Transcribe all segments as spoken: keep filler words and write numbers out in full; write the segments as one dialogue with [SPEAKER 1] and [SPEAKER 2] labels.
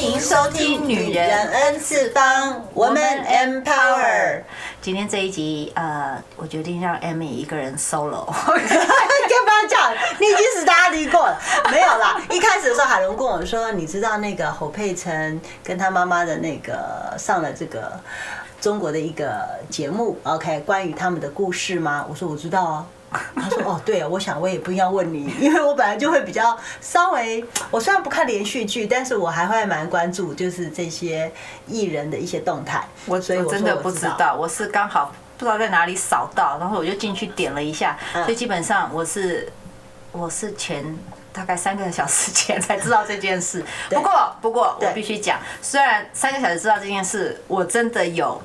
[SPEAKER 1] 迎收听《女人 N 次方》，Woman Empower。今天这一集，呃，我决定让 Amy 一个人 solo。
[SPEAKER 2] 干嘛这样？你已经是大家离过了，没有啦。一开始的时候，海伦跟我说，你知道那个侯佩岑跟他妈妈的那个上了这个中国的一个节目 ，OK， 关于他们的故事吗？我说我知道啊。他说：“哦，对，我想我也不一定要问你，因为我本来就会比较稍微，我虽然不看连续剧，但是我还会蛮关注，就是这些艺人的一些动态。
[SPEAKER 1] 我所以我真的不知道，我是刚好不知道在哪里扫到，然后我就进去点了一下，所以基本上我是我是前大概三个小时前才知道这件事。不过不过我必须讲，虽然三个小时知道这件事，我真的有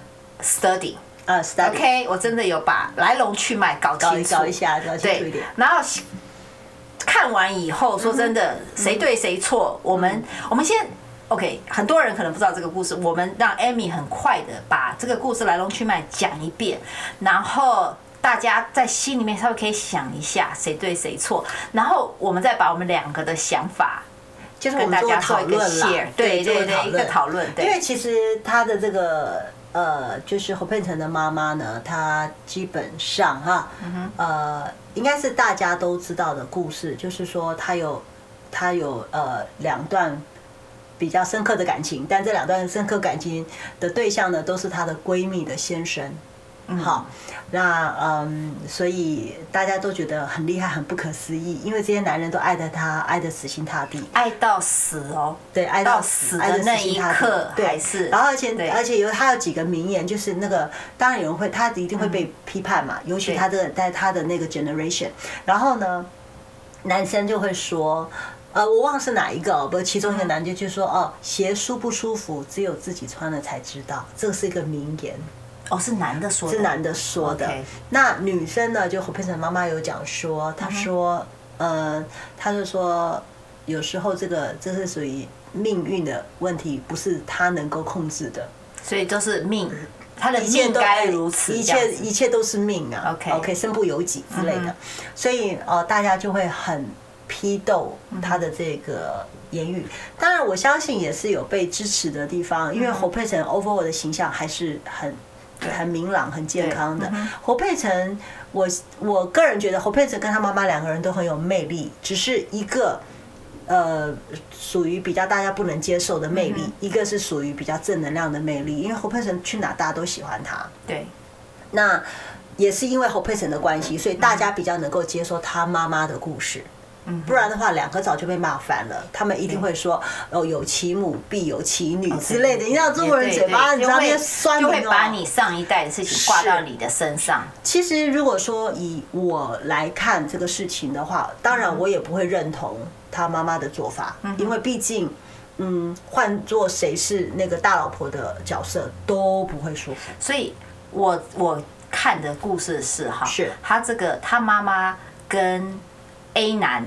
[SPEAKER 1] study。”
[SPEAKER 2] 呃
[SPEAKER 1] ，OK， 我真的有把来龙去脉搞清楚，
[SPEAKER 2] 搞一下，搞清楚一点。
[SPEAKER 1] 然后看完以后，说真的，谁对谁错，我们我们先 OK。很多人可能不知道这个故事，我们让 Amy 很快的把这个故事来龙去脉讲一遍，然后大家在心里面稍微可以想一下谁对谁错，然后我们再把我们两个的想法。
[SPEAKER 2] 就是我们做讨论啦，
[SPEAKER 1] 对对对，一个讨论。
[SPEAKER 2] 因为其实他的这个呃，就是侯佩岑的妈妈呢，她基本上哈，呃，应该是大家都知道的故事，就是说她有她有呃两段比较深刻的感情，但这两段深刻感情的对象呢，都是她的闺蜜的先生。好，那嗯，所以大家都觉得很厉害，很不可思议，因为这些男人都爱的他，爱的死心塌地，
[SPEAKER 1] 爱到死哦，
[SPEAKER 2] 对，爱到死
[SPEAKER 1] 的那一刻，还是，
[SPEAKER 2] 然后而且而且有他有几个名言，就是那个当然有人会，他一定会被批判嘛，尤其他的在他的那个 generation， 然后呢，男生就会说。呃，我忘了是哪一个，不，其中一个男的就说哦，鞋舒不舒服，只有自己穿了才知道，这个是一个名言。
[SPEAKER 1] 哦，是男的说的，
[SPEAKER 2] 是男的说的。Okay. 那女生呢？就侯佩岑妈妈有讲说，她说，呃，她就说，有时候这个这是属于命运的问题，不是她能够控制的。
[SPEAKER 1] 所以都是命，她的命该如此，
[SPEAKER 2] 一切一切都是命啊。OK OK， 身不由己之类的。所以呃，大家就会很批斗她的这个言语。当然，我相信也是有被支持的地方，因为侯佩岑 overall 的形象还是很。很明朗、很健康的侯佩岑，我我个人觉得侯佩岑跟他妈妈两个人都很有魅力，只是一个呃属于比较大家不能接受的魅力，一个是属于比较正能量的魅力。因为侯佩岑去哪大家都喜欢他，对，那也是因为侯佩岑的关系，所以大家比较能够接受他妈妈的故事。不然的话，两个早就被骂翻了。他们一定会说：“哦，有其母必有其女之类的。”你知道中国人嘴巴，你知道那些酸，
[SPEAKER 1] 就会把你上一代的事情挂到你的身上。
[SPEAKER 2] 其实，如果说以我来看这个事情的话，当然我也不会认同他妈妈的做法，因为毕竟，嗯，换做谁是那个大老婆的角色都不会舒服。
[SPEAKER 1] 所以我我看的故事是哈，
[SPEAKER 2] 是
[SPEAKER 1] 他这个他妈妈跟。A 男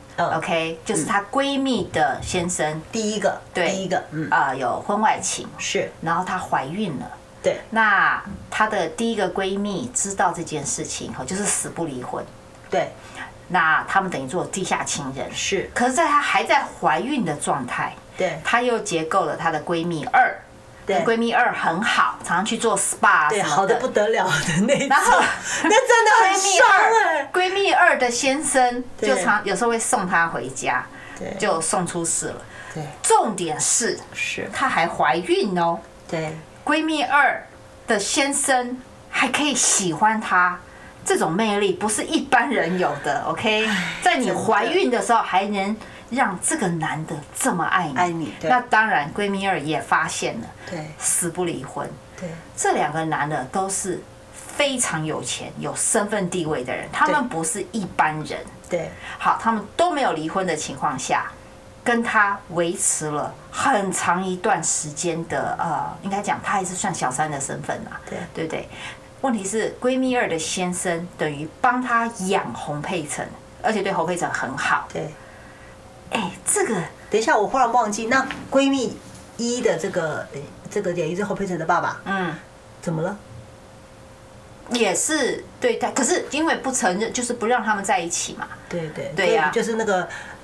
[SPEAKER 1] ，OK， 就是她闺蜜的先生，
[SPEAKER 2] 第一个，
[SPEAKER 1] 对，
[SPEAKER 2] 第一个，嗯
[SPEAKER 1] 啊、呃，有婚外情，
[SPEAKER 2] 是，
[SPEAKER 1] 然后她怀孕了，
[SPEAKER 2] 对，
[SPEAKER 1] 那她的第一个闺蜜知道这件事情后，就是死不离婚，
[SPEAKER 2] 对，
[SPEAKER 1] 那他们等于做地下情人，
[SPEAKER 2] 是，
[SPEAKER 1] 可是在她还在怀孕的状态，
[SPEAKER 2] 对，
[SPEAKER 1] 她又结构了她的闺蜜二。跟闺蜜二很好，常常去做 S P A
[SPEAKER 2] 对，好的不得了的那种。
[SPEAKER 1] 然后
[SPEAKER 2] 那真的很伤哎。
[SPEAKER 1] 闺蜜二的先生就常有时候会送她回家，
[SPEAKER 2] 对，
[SPEAKER 1] 就送出事了。
[SPEAKER 2] 对，
[SPEAKER 1] 重点是
[SPEAKER 2] 是
[SPEAKER 1] 她还怀孕哦。
[SPEAKER 2] 对，
[SPEAKER 1] 闺蜜二的先生还可以喜欢她，这种魅力不是一般人有的。OK， 在你怀孕的时候还能。让这个男的这么爱你，
[SPEAKER 2] 爱你，
[SPEAKER 1] 那当然闺蜜二也发现了，
[SPEAKER 2] 对，
[SPEAKER 1] 死不离婚。
[SPEAKER 2] 对，
[SPEAKER 1] 这两个男的都是非常有钱、有身份地位的人，他们不是一般人。
[SPEAKER 2] 对，
[SPEAKER 1] 好，他们都没有离婚的情况下，跟他维持了很长一段时间的呃，应该讲他还是算小三的身份啦，
[SPEAKER 2] 对，
[SPEAKER 1] 对不对？问题是闺蜜二的先生等于帮他养洪佩岑，而且对洪佩岑很好。
[SPEAKER 2] 对。
[SPEAKER 1] 哎，这个
[SPEAKER 2] 等一下，我忽然忘记，那闺蜜一的这个这个也是侯佩岑的爸爸，嗯，怎么了？
[SPEAKER 1] 也是对待，可是因为不承认，就是不让他们在一起嘛。
[SPEAKER 2] 对对
[SPEAKER 1] 对呀、啊，
[SPEAKER 2] 就是那个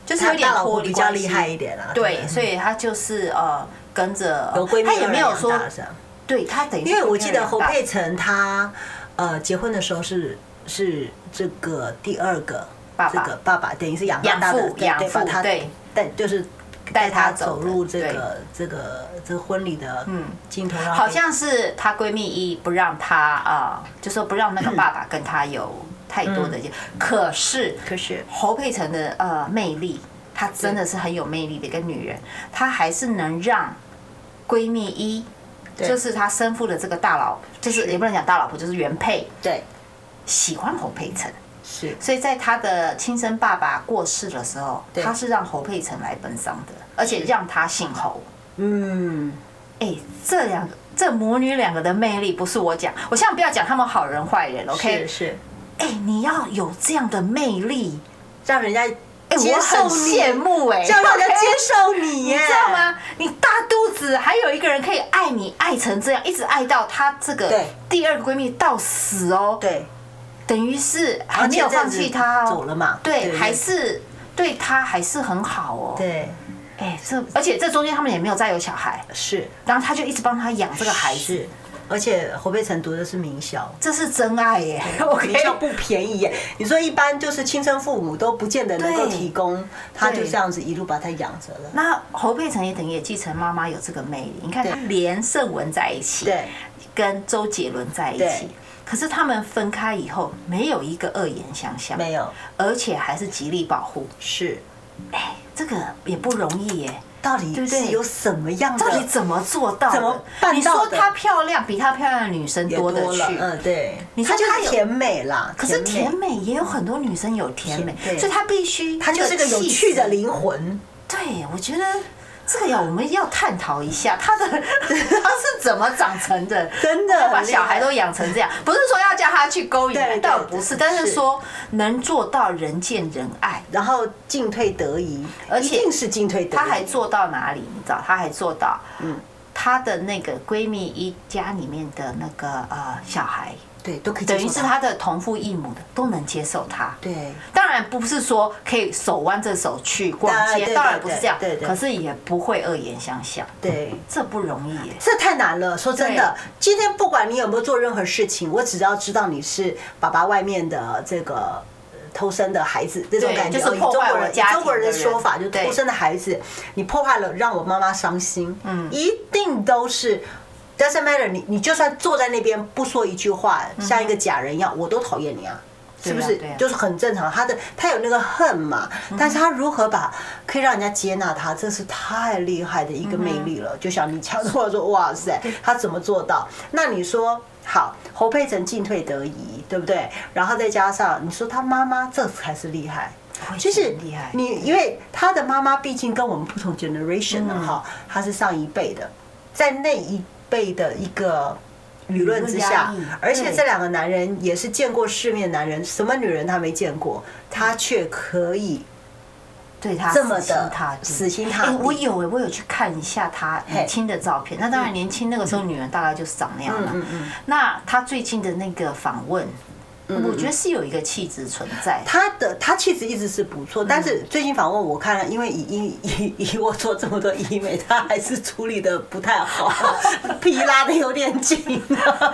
[SPEAKER 1] 就是有点脱离
[SPEAKER 2] 比较厉害一点啦。
[SPEAKER 1] 对，所以他就是呃跟着，
[SPEAKER 2] 有闺蜜
[SPEAKER 1] 他也没有说，
[SPEAKER 2] 是
[SPEAKER 1] 对他等于
[SPEAKER 2] 因为我记得侯佩岑她呃结婚的时候是是这个第二个
[SPEAKER 1] 爸爸，
[SPEAKER 2] 这个爸爸等于是养大的，
[SPEAKER 1] 养父
[SPEAKER 2] 把他
[SPEAKER 1] 对，
[SPEAKER 2] 带就是
[SPEAKER 1] 带他
[SPEAKER 2] 走入这个这个这个婚礼的镜头，
[SPEAKER 1] 好像是她闺蜜一不让她啊，就说不让那个爸爸跟她有太多的，可是
[SPEAKER 2] 可是
[SPEAKER 1] 侯佩岑的呃魅力，她真的是很有魅力的一个女人，她还是能让闺蜜一，就是她生父的这个大佬，就是也不能讲大老婆，就是原配，
[SPEAKER 2] 对，
[SPEAKER 1] 喜欢侯佩岑。
[SPEAKER 2] 是，
[SPEAKER 1] 所以在他的亲生爸爸过世的时候，他是让侯佩岑来奔丧的，而且让他姓侯。嗯，哎，这两个这母女两个的魅力不是我讲，我现在不要讲他们好人坏人 ，OK？
[SPEAKER 2] 是是，
[SPEAKER 1] 哎，你要有这样的魅力，
[SPEAKER 2] 让人家
[SPEAKER 1] 接受你，羡慕哎，
[SPEAKER 2] 叫让人家接受你耶，
[SPEAKER 1] 你知道吗？你大肚子还有一个人可以爱你，爱成这样，一直爱到他这个第二个闺蜜到死哦。
[SPEAKER 2] 对。
[SPEAKER 1] 等于是还没有放弃他哦，
[SPEAKER 2] 走了嘛？
[SPEAKER 1] 对，还是对他还是很好哦。
[SPEAKER 2] 对，
[SPEAKER 1] 哎，这而且这中间他们也没有再有小孩，
[SPEAKER 2] 是，
[SPEAKER 1] 然后他就一直帮他养这个孩子，
[SPEAKER 2] 而且侯佩岑读的是名校，
[SPEAKER 1] 这是真爱耶，
[SPEAKER 2] 名校不便宜耶。你说一般就是亲生父母都不见得能够提供，他就这样子一路把他养着了。
[SPEAKER 1] 那侯佩岑也等于也继承妈妈有这个魅力，你看他连胜文在一起，
[SPEAKER 2] 对，
[SPEAKER 1] 跟周杰伦在一起。可是他们分开以后，没有一个恶言相向，
[SPEAKER 2] 没有，
[SPEAKER 1] 而且还是极力保护。
[SPEAKER 2] 是，
[SPEAKER 1] 哎，这个也不容易耶。
[SPEAKER 2] 到底是有什么样的？
[SPEAKER 1] 到底怎么做到的？
[SPEAKER 2] 怎么办到的？
[SPEAKER 1] 你说她漂亮，比她漂亮的女生多得去。
[SPEAKER 2] 嗯，对。
[SPEAKER 1] 你说
[SPEAKER 2] 她就是甜美啦，
[SPEAKER 1] 可是甜美也有很多女生有甜美，所以她必须，
[SPEAKER 2] 她就是个有趣的灵魂。
[SPEAKER 1] 对，我觉得。这个呀，我们要探讨一下他的他是怎么长成的，
[SPEAKER 2] 真的
[SPEAKER 1] 把小孩都养成这样，不是说要叫他去勾引，倒不是，但是说能做到人见人爱，
[SPEAKER 2] 然后进退得宜，
[SPEAKER 1] 而且
[SPEAKER 2] 一定是进退得宜。
[SPEAKER 1] 他还做到哪里？你知道？他还做到，嗯，他的那个闺蜜一家里面的那个呃小孩。
[SPEAKER 2] 对，都可以
[SPEAKER 1] 等于是他的同父异母的都能接受他。
[SPEAKER 2] 对，
[SPEAKER 1] 当然不是说可以手挽着手去逛街，当然不是这样。对对。可是也不会恶言相向。
[SPEAKER 2] 对，
[SPEAKER 1] 这不容易耶。
[SPEAKER 2] 这太难了，说真的。今天不管你有没有做任何事情，我只要知道你是爸爸外面的这个偷生的孩子，这种感觉。
[SPEAKER 1] 就是破坏我家庭的人。
[SPEAKER 2] 中国人的说法就是偷生的孩子，你破坏了，让我妈妈伤心。嗯，一定都是。Doesn't matter， 你你就算坐在那边不说一句话，像一个假人一样，我都讨厌你啊，是不是？就是很正常。他的他有那个恨嘛，但是他如何把可以让人家接纳他，这是太厉害的一个魅力了。就像你讲的说，哇塞，他怎么做到？那你说好，侯佩岑进退得宜，对不对？然后再加上你说他妈妈，这才是厉害。就是你，因为他的妈妈毕竟跟我们不同 generation 了哈，他是上一辈的，在那一。辈的一个舆论之下，而且这两个男人也是见过世面男人，什么女人他没见过，他却可以
[SPEAKER 1] 对他
[SPEAKER 2] 这么的死心塌地。
[SPEAKER 1] 我有哎，我有去看一下他年轻的照片。那当然年轻那个时候女人大概就是长那样了。那他最近的那个访问。我觉得是有一个气质存在，
[SPEAKER 2] 他的他气质一直是不错，但是最近访问我看了，因为以以以我做这么多医美，他还是处理的不太好，皮拉的有点紧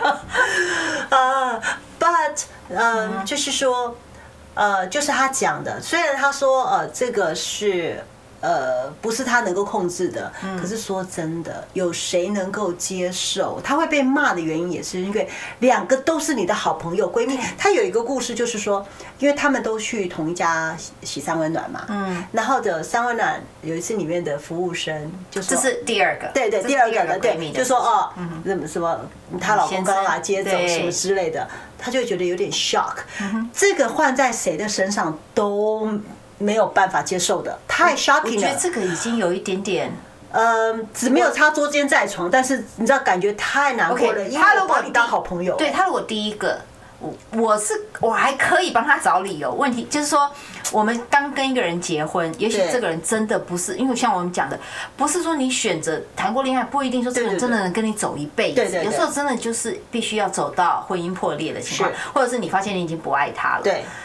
[SPEAKER 2] 啊。But 嗯，就是说，呃，就是他讲的，虽然他说呃这个是。呃，不是他能够控制的。可是说真的，有谁能够接受？他会被骂的原因也是因为两个都是你的好朋友闺蜜。他有一个故事，就是说，因为他们都去同一家洗三温暖嘛，嗯，然后的三温暖有一次里面的服务生就说，
[SPEAKER 1] 这是第二个，
[SPEAKER 2] 对对，第二个的对，就说哦，什么什么，她老公刚刚把她接走什么之类的，他就觉得有点 shock。这个换在谁的身上都。没有办法接受的，太 shocking 了。
[SPEAKER 1] 我觉得这个已经有一点点，
[SPEAKER 2] 呃，只没有擦捉奸在床，但是你知道感觉太难过了。因为我把你当好朋友，
[SPEAKER 1] 对他如果第一个，我我是我还可以帮他找理由。问题就是说，我们刚跟一个人结婚，也许这个人真的不是，因为像我们讲的，不是说你选择谈过恋爱，不一定说这个人真的能跟你走一辈子。有时候真的就是必须要走到婚姻破裂的情况，或者是你发现你已经不爱他了。
[SPEAKER 2] 对。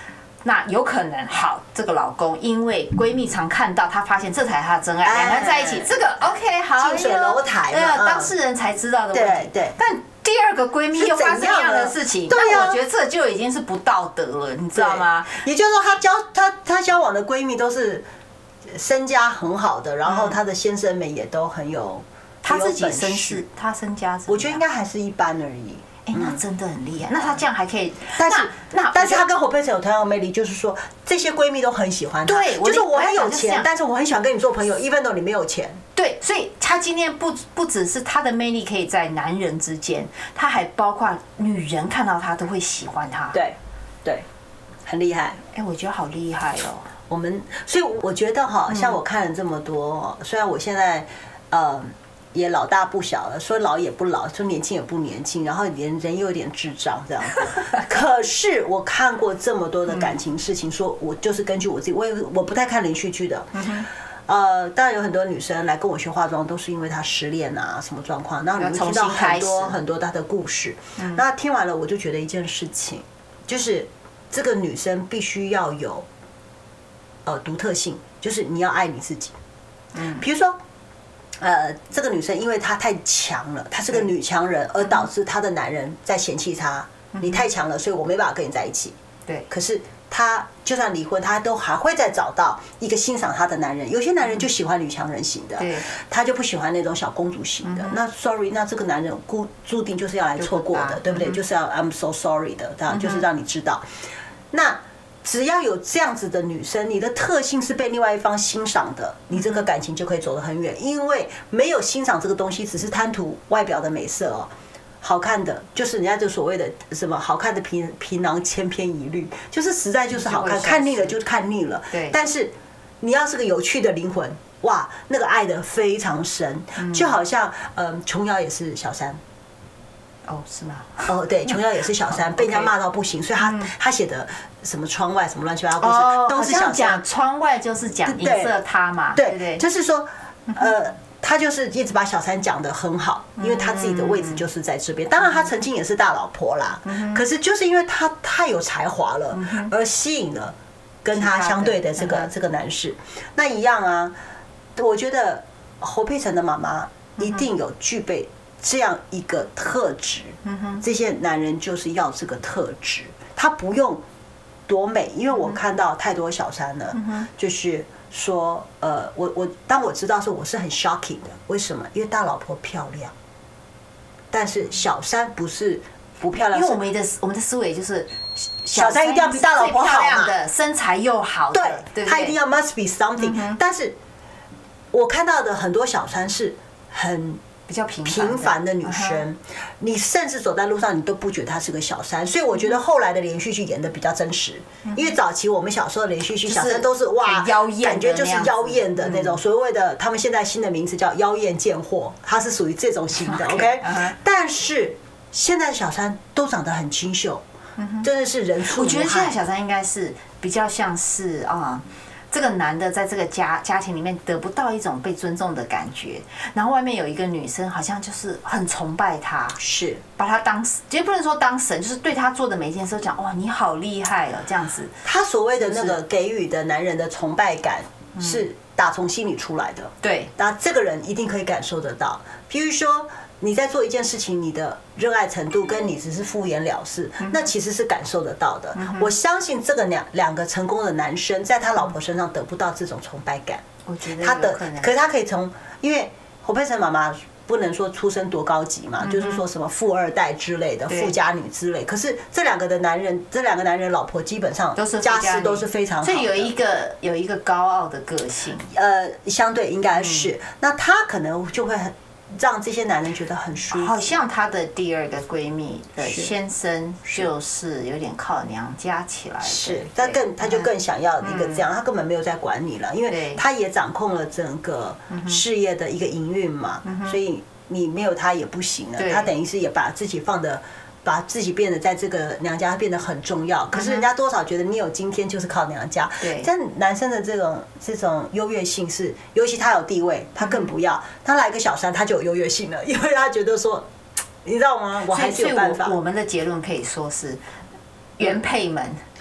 [SPEAKER 1] 那有可能好，这个老公因为闺蜜常看到，她发现这才是她的真爱，两个人在一起，这个 OK 好，
[SPEAKER 2] 近水楼台嘛，
[SPEAKER 1] 当事人才知道的问题。
[SPEAKER 2] 对对，
[SPEAKER 1] 但第二个闺蜜又发生一样的事情，
[SPEAKER 2] 对
[SPEAKER 1] 啊，我觉得这就已经是不道德了，你知道吗？
[SPEAKER 2] 也就是说，她交她她交往的闺蜜都是身家很好的，然后她的先生们也都很有，
[SPEAKER 1] 她自己身世，她身家，
[SPEAKER 2] 我觉得应该还是一般而已。
[SPEAKER 1] 哎，那真的很厉害。那她这样还可以，
[SPEAKER 2] 但是
[SPEAKER 1] 那
[SPEAKER 2] 但是她跟侯佩岑有同样的魅力，就是说这些闺蜜都很喜欢她。
[SPEAKER 1] 对，
[SPEAKER 2] 就是我很有钱，但是我很喜欢跟你做朋友 ，even though 你没有钱。
[SPEAKER 1] 对，所以她今天不不只是她的魅力可以在男人之间，她还包括女人看到她都会喜欢她。
[SPEAKER 2] 对，对，很厉害。
[SPEAKER 1] 哎，我觉得好厉害哦。
[SPEAKER 2] 我们所以我觉得哈，像我看了这么多，虽然我现在呃。也老大不小了，说老也不老，说年轻也不年轻，然后连人又有点智障这样子。可是我看过这么多的感情事情，说我就是根据我自己，我也我不太看连续剧的。呃，当然有很多女生来跟我学化妆，都是因为她失恋啊，什么状况，然后你会听到很多很多她的故事。那听完了，我就觉得一件事情，就是这个女生必须要有呃独特性，就是你要爱你自己。嗯，比如说。呃，这个女生因为她太强了，她是个女强人，而导致她的男人在嫌弃她，你太强了，所以我没办法跟你在一起。
[SPEAKER 1] 对，
[SPEAKER 2] 可是她就算离婚，她都还会再找到一个欣赏她的男人。有些男人就喜欢女强人型的，他就不喜欢那种小公主型的。那 sorry， 那这个男人固注定就是要来错过的，对不对？就是要 I'm so sorry 的，这样就是让你知道。那只要有这样子的女生，你的特性是被另外一方欣赏的，你这个感情就可以走得很远。因为没有欣赏这个东西，只是贪图外表的美色哦，好看的就是人家就所谓的什么好看的皮皮囊千篇一律，就是实在就是好看，看腻了就看腻了。
[SPEAKER 1] 对，
[SPEAKER 2] 但是你要是个有趣的灵魂，哇，那个爱的非常深，就好像嗯，琼瑶也是小三。
[SPEAKER 1] 哦，是吗？
[SPEAKER 2] 哦，对，琼瑶也是小三，被人家骂到不行，所以他他写的什么窗外什么乱七八糟故事都是小三。
[SPEAKER 1] 窗外就是讲影射他嘛，对对，
[SPEAKER 2] 就是说，呃，他就是一直把小三讲得很好，因为他自己的位置就是在这边。当然，他曾经也是大老婆啦，可是就是因为他太有才华了，而吸引了跟他相对的这个这个男士。那一样啊，我觉得侯佩岑的妈妈一定有具备这样一个特质，这些男人就是要这个特质，他不用多美，因为我看到太多小三了，就是说，呃，我我当我知道说我是很 shocking 的，为什么？因为大老婆漂亮，但是小三不是不漂亮，
[SPEAKER 1] 因为我们的我们的思维就是
[SPEAKER 2] 小三一定要比大老婆好嘛，
[SPEAKER 1] 的身材又好的，
[SPEAKER 2] 对，他一定要 must be something，但是我看到的很多小三是很。
[SPEAKER 1] 比较平
[SPEAKER 2] 平凡的女生，你甚至走在路上，你都不觉得她是个小三。所以我觉得后来的连续剧演的比较真实，因为早期我们小时候的连续剧，小三都是哇，感觉就是妖艳的那种，所谓的他们现在新的名词叫妖艳贱货，它是属于这种型的 ，OK。但是现在的小三都长得很清秀，真的是人畜无害。
[SPEAKER 1] 我觉得现在小三应该是比较像是啊。这个男的在这个家家庭里面得不到一种被尊重的感觉，然后外面有一个女生好像就是很崇拜他，
[SPEAKER 2] 是
[SPEAKER 1] 把他当其实不能说当神，就是对他做的每一件事都讲哇你好厉害了这样子。
[SPEAKER 2] 他所谓的那个给予的男人的崇拜感是打从心里出来的，
[SPEAKER 1] 对，
[SPEAKER 2] 那这个人一定可以感受得到。譬如说。你在做一件事情，你的热爱程度跟你只是敷衍了事，那其实是感受得到的。我相信这个两两个成功的男生，在他老婆身上得不到这种崇拜感。
[SPEAKER 1] 我觉得
[SPEAKER 2] 他的，可是他可以从，因为侯佩岑妈妈不能说出身多高级嘛，就是说什么富二代之类的、富家女之类。可是这两个的男人，这两个男人老婆基本上家世都是非常好的，
[SPEAKER 1] 所以有一个有一个高傲的个性。
[SPEAKER 2] 呃，相对应该是，那他可能就会很。让这些男人觉得很舒服。
[SPEAKER 1] 好像她的第二个闺蜜的先生就是有点靠娘家起来的，
[SPEAKER 2] 是，他更他就更想要一个这样，他根本没有在管你了，因为他也掌控了整个事业的一个营运嘛，所以你没有他也不行了。他等于是也把自己放的。把自己变得在这个娘家变得很重要，可是人家多少觉得你有今天就是靠娘家。
[SPEAKER 1] 对，
[SPEAKER 2] 但男生的这种这种优越性是，尤其他有地位，他更不要。他来个小三，他就有优越性了，因为他觉得说，你知道吗？我还是有办法。
[SPEAKER 1] 我们的结论可以说是，原配们，嗯，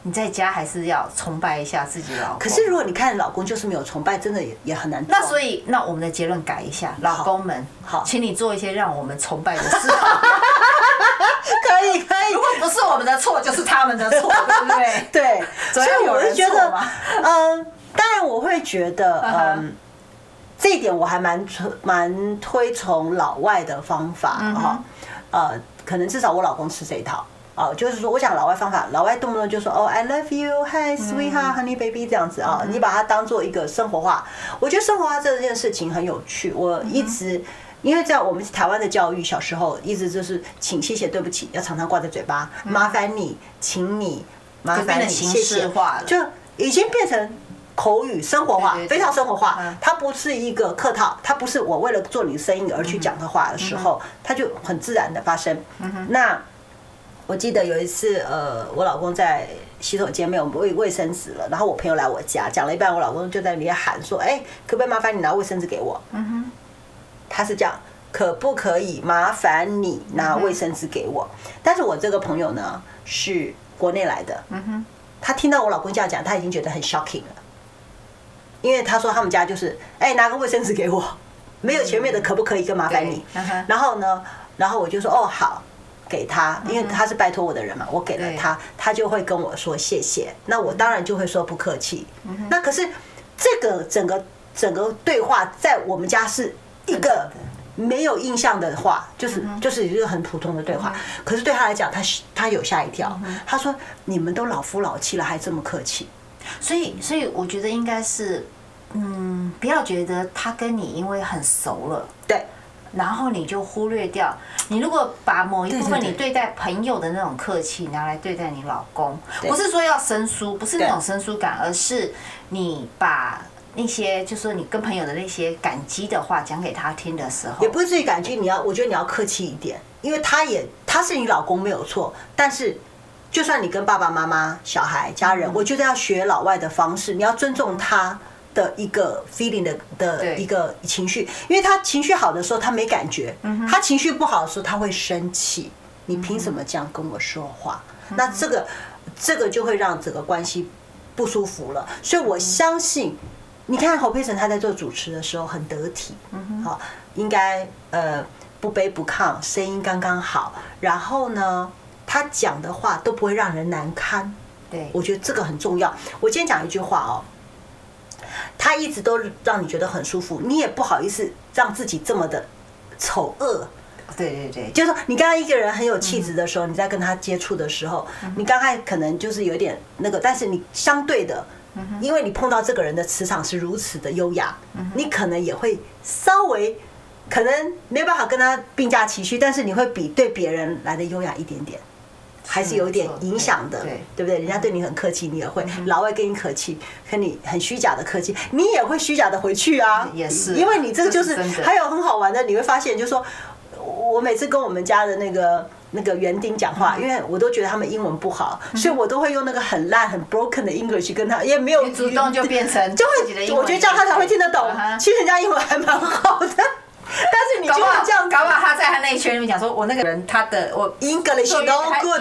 [SPEAKER 1] 你在家还是要崇拜一下自己老公。
[SPEAKER 2] 可是如果你看老公就是没有崇拜，真的也也很难做。
[SPEAKER 1] 那所以，那我们的结论改一下，老公们，
[SPEAKER 2] 好，
[SPEAKER 1] 请你做一些让我们崇拜的事。
[SPEAKER 2] 可以可以，
[SPEAKER 1] 如果不是我们的错，就是他们的错，对不对？
[SPEAKER 2] 对，
[SPEAKER 1] 所以我是觉得，
[SPEAKER 2] 嗯，当然我会觉得，嗯，这一点我还蛮蛮推崇老外的方法哈，呃，可能至少我老公吃这一套。哦，就是说，我讲老外方法，老外动不动就说哦 ，I love you，Hi sweetheart，Honey baby 这样子啊，你把它当做一个生活化。我觉得生活化这件事情很有趣。我一直因为在我们台湾的教育，小时候一直就是请、谢谢、对不起，要常常挂在嘴巴，麻烦你，请你，麻烦你，谢谢，就已经变成口语生活化，非常生活化。它不是一个客套，它不是我为了做你的生意而去讲的话的时候，它就很自然的发生。那我记得有一次，呃，我老公在洗手间没有卫卫生纸了，然后我朋友来我家，讲了一半，我老公就在里面喊说：“哎，可不可以麻烦你拿卫生纸给我？”嗯哼，他是这样，可不可以麻烦你拿卫生纸给我？但是我这个朋友呢是国内来的，嗯哼，他听到我老公这样讲，他已经觉得很 shocking 了，因为他说他们家就是哎拿个卫生纸给我，没有前面的可不可以跟麻烦你，然后呢，然后我就说哦好。给他，因为他是拜托我的人嘛，我给了他，他就会跟我说谢谢。那我当然就会说不客气。那可是这个整个整个对话在我们家是一个没有印象的话，就是就是一个很普通的对话。可是对他来讲，他他有吓一跳。他说：“你们都老夫老妻了，还这么客气。”
[SPEAKER 1] 所以，所以我觉得应该是，嗯，不要觉得他跟你因为很熟了，
[SPEAKER 2] 对。
[SPEAKER 1] 然后你就忽略掉，你如果把某一部分你对待朋友的那种客气拿来对待你老公，不是说要生疏，不是那种生疏感，而是你把那些就是说你跟朋友的那些感激的话讲给他听的时候，
[SPEAKER 2] 也不是至于感激，你要我觉得你要客气一点，因为他也他是你老公没有错，但是就算你跟爸爸妈妈、小孩、家人，我觉得要学老外的方式，你要尊重他的一个 feeling 的的一个情绪，因为他情绪好的时候他没感觉，他情绪不好的时候他会生气。你凭什么这样跟我说话？那这个这个就会让整个关系不舒服了。所以我相信，你看侯佩岑他在做主持的时候很得体，好，应该呃不卑不亢，声音刚刚好，然后呢，他讲的话都不会让人难堪。
[SPEAKER 1] 对，
[SPEAKER 2] 我觉得这个很重要。我今天讲一句话哦。他一直都让你觉得很舒服，你也不好意思让自己这么的丑恶。
[SPEAKER 1] 对对对，
[SPEAKER 2] 就是说，你刚刚一个人很有气质的时候，你在跟他接触的时候，你刚才可能就是有点那个，但是你相对的，因为你碰到这个人的磁场是如此的优雅，你可能也会稍微可能没办法跟他并驾齐驱，但是你会比对别人来的优雅一点点。还是有点影响的，对不对？人家对你很客气，你也会；老外跟你客气，跟你很虚假的客气，你也会虚假的回去啊。
[SPEAKER 1] 也是，
[SPEAKER 2] 因为你这个就是还有很好玩的，你会发现，就是说我每次跟我们家的那个那个园丁讲话，因为我都觉得他们英文不好，所以我都会用那个很烂、很 broken 的 English 跟他，也没有
[SPEAKER 1] 主动就变成
[SPEAKER 2] 就会，我觉得这样他才会听得懂。其实人家英文还蛮好的。但是你就会这样，
[SPEAKER 1] 搞不好他在他那一圈里面讲说，我那个人他的我
[SPEAKER 2] English no good，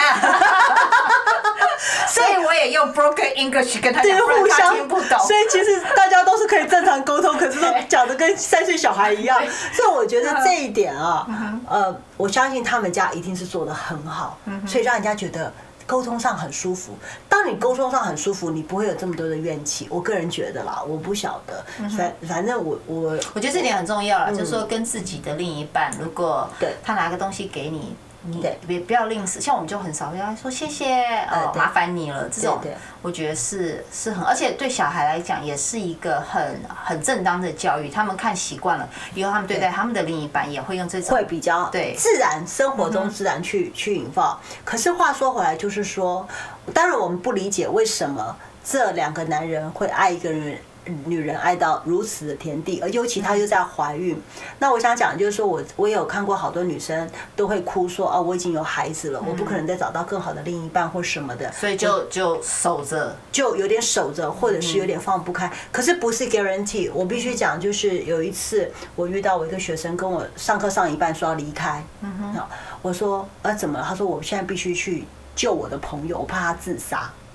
[SPEAKER 1] 所以我也用 broken English 跟他讲，不然他听不懂。
[SPEAKER 2] 所以其实大家都是可以正常沟通，可是都讲的跟三岁小孩一样。所以我觉得这一点啊，呃，我相信他们家一定是做得很好，所以让人家觉得沟通上很舒服。当你沟通上很舒服，你不会有这么多的怨气。我个人觉得啦，我不晓得，反反正我我
[SPEAKER 1] 我觉得这点很重要了，就是说跟自己的另一半，如果他拿个东西给你，你别不要吝啬。像我们就很少跟他说谢谢哦，麻烦你了这种，我觉得是是很，而且对小孩来讲也是一个很很正当的教育。他们看习惯了，以后他们对待他们的另一半也会用这种
[SPEAKER 2] 会比较对自然生活中自然去去引爆。可是话说回来，就是说，当然我们不理解为什么这两个男人会爱一个人。女人爱到如此的田地，而尤其她又在怀孕。那我想讲就是说，我我也有看过好多女生都会哭说，哦，我已经有孩子了，我不可能再找到更好的另一半或什么的，
[SPEAKER 1] 所以就就守着，
[SPEAKER 2] 就有点守着，或者是有点放不开。可是不是 guarantee， 我必须讲，就是有一次我遇到我一个学生跟我上课上一半说要离开，我说呃怎么了？他说我现在必须去救我的朋友，我怕他自杀。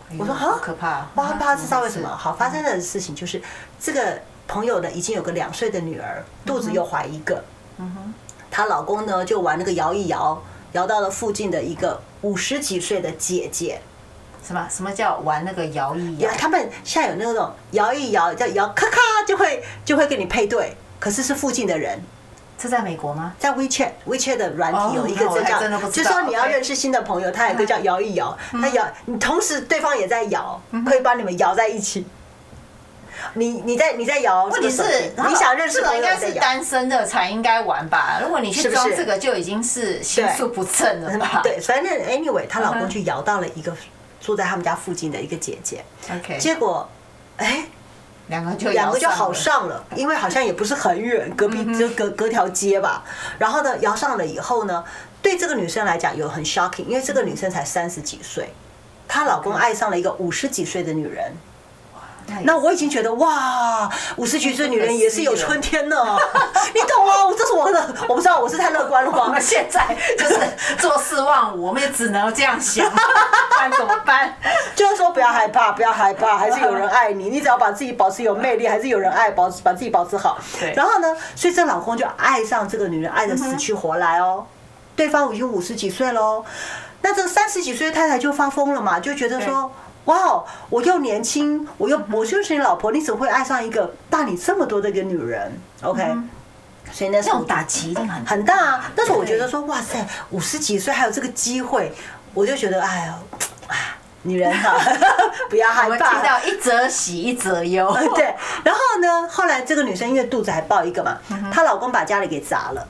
[SPEAKER 2] 我说
[SPEAKER 1] 好可怕，
[SPEAKER 2] 哇，怕自杀为什么？好，发生的事情就是这个朋友呢已经有个两岁的女儿，肚子又怀一个，嗯哼，她老公呢就玩那个摇一摇，摇到了附近的一个五十几岁的姐姐。
[SPEAKER 1] 什么什么叫玩那个摇一摇？
[SPEAKER 2] 他们现在有那种摇一摇，叫摇咔咔就会就会跟你配对，可是是附近的人。
[SPEAKER 1] 是在美国吗？
[SPEAKER 2] 在 WeChat WeChat 的软体有一个这叫，就说你要认识新的朋友，它有一个叫摇一摇，它摇你同时对方也在摇，可以把你们摇在一起。你你在你在摇，
[SPEAKER 1] 问题是
[SPEAKER 2] 你想认识朋友
[SPEAKER 1] 应该是单身的才应该玩吧？如果你去装这个，就已经是心术不正了吧？
[SPEAKER 2] 对，反正 anyway， 她老公去摇到了一个住在他们家附近的一个姐姐，
[SPEAKER 1] OK，
[SPEAKER 2] 结果哎。
[SPEAKER 1] 两个就
[SPEAKER 2] 两个就好上了，因为好像也不是很远，隔壁就隔隔条街吧。然后呢，摇上了以后呢，对这个女生来讲有很 shocking， 因为这个女生才三十几岁，她老公爱上了一个五十几岁的女人。那我已经觉得哇，五十几岁女人也是有春天呢，你懂吗？这是我的，我不知道我是太乐观了吗？
[SPEAKER 1] 我们现在就是坐四望五，我们也只能这样想，看怎么办？
[SPEAKER 2] 就是说不要害怕，不要害怕，还是有人爱你，你只要把自己保持有魅力，还是有人爱，保把自己保持好。
[SPEAKER 1] 对。
[SPEAKER 2] 然后呢，所以这老公就爱上这个女人，爱得死去活来哦。对方已经五十几岁喽，那这三十几岁的太太就发疯了嘛，就觉得说。哇，我又年轻，我又我就是你老婆，你怎么会爱上一个大你这么多的一个女人 ？OK，、嗯、所以那时候
[SPEAKER 1] 打击一定很
[SPEAKER 2] 很大啊。但是我觉得说，哇塞，五十几岁还有这个机会，我就觉得，哎呀，女人哈，不要害怕。我们
[SPEAKER 1] 听到一则喜一则忧。
[SPEAKER 2] 对，然后呢，后来这个女生因为肚子还抱一个嘛，嗯、她老公把家里给砸了，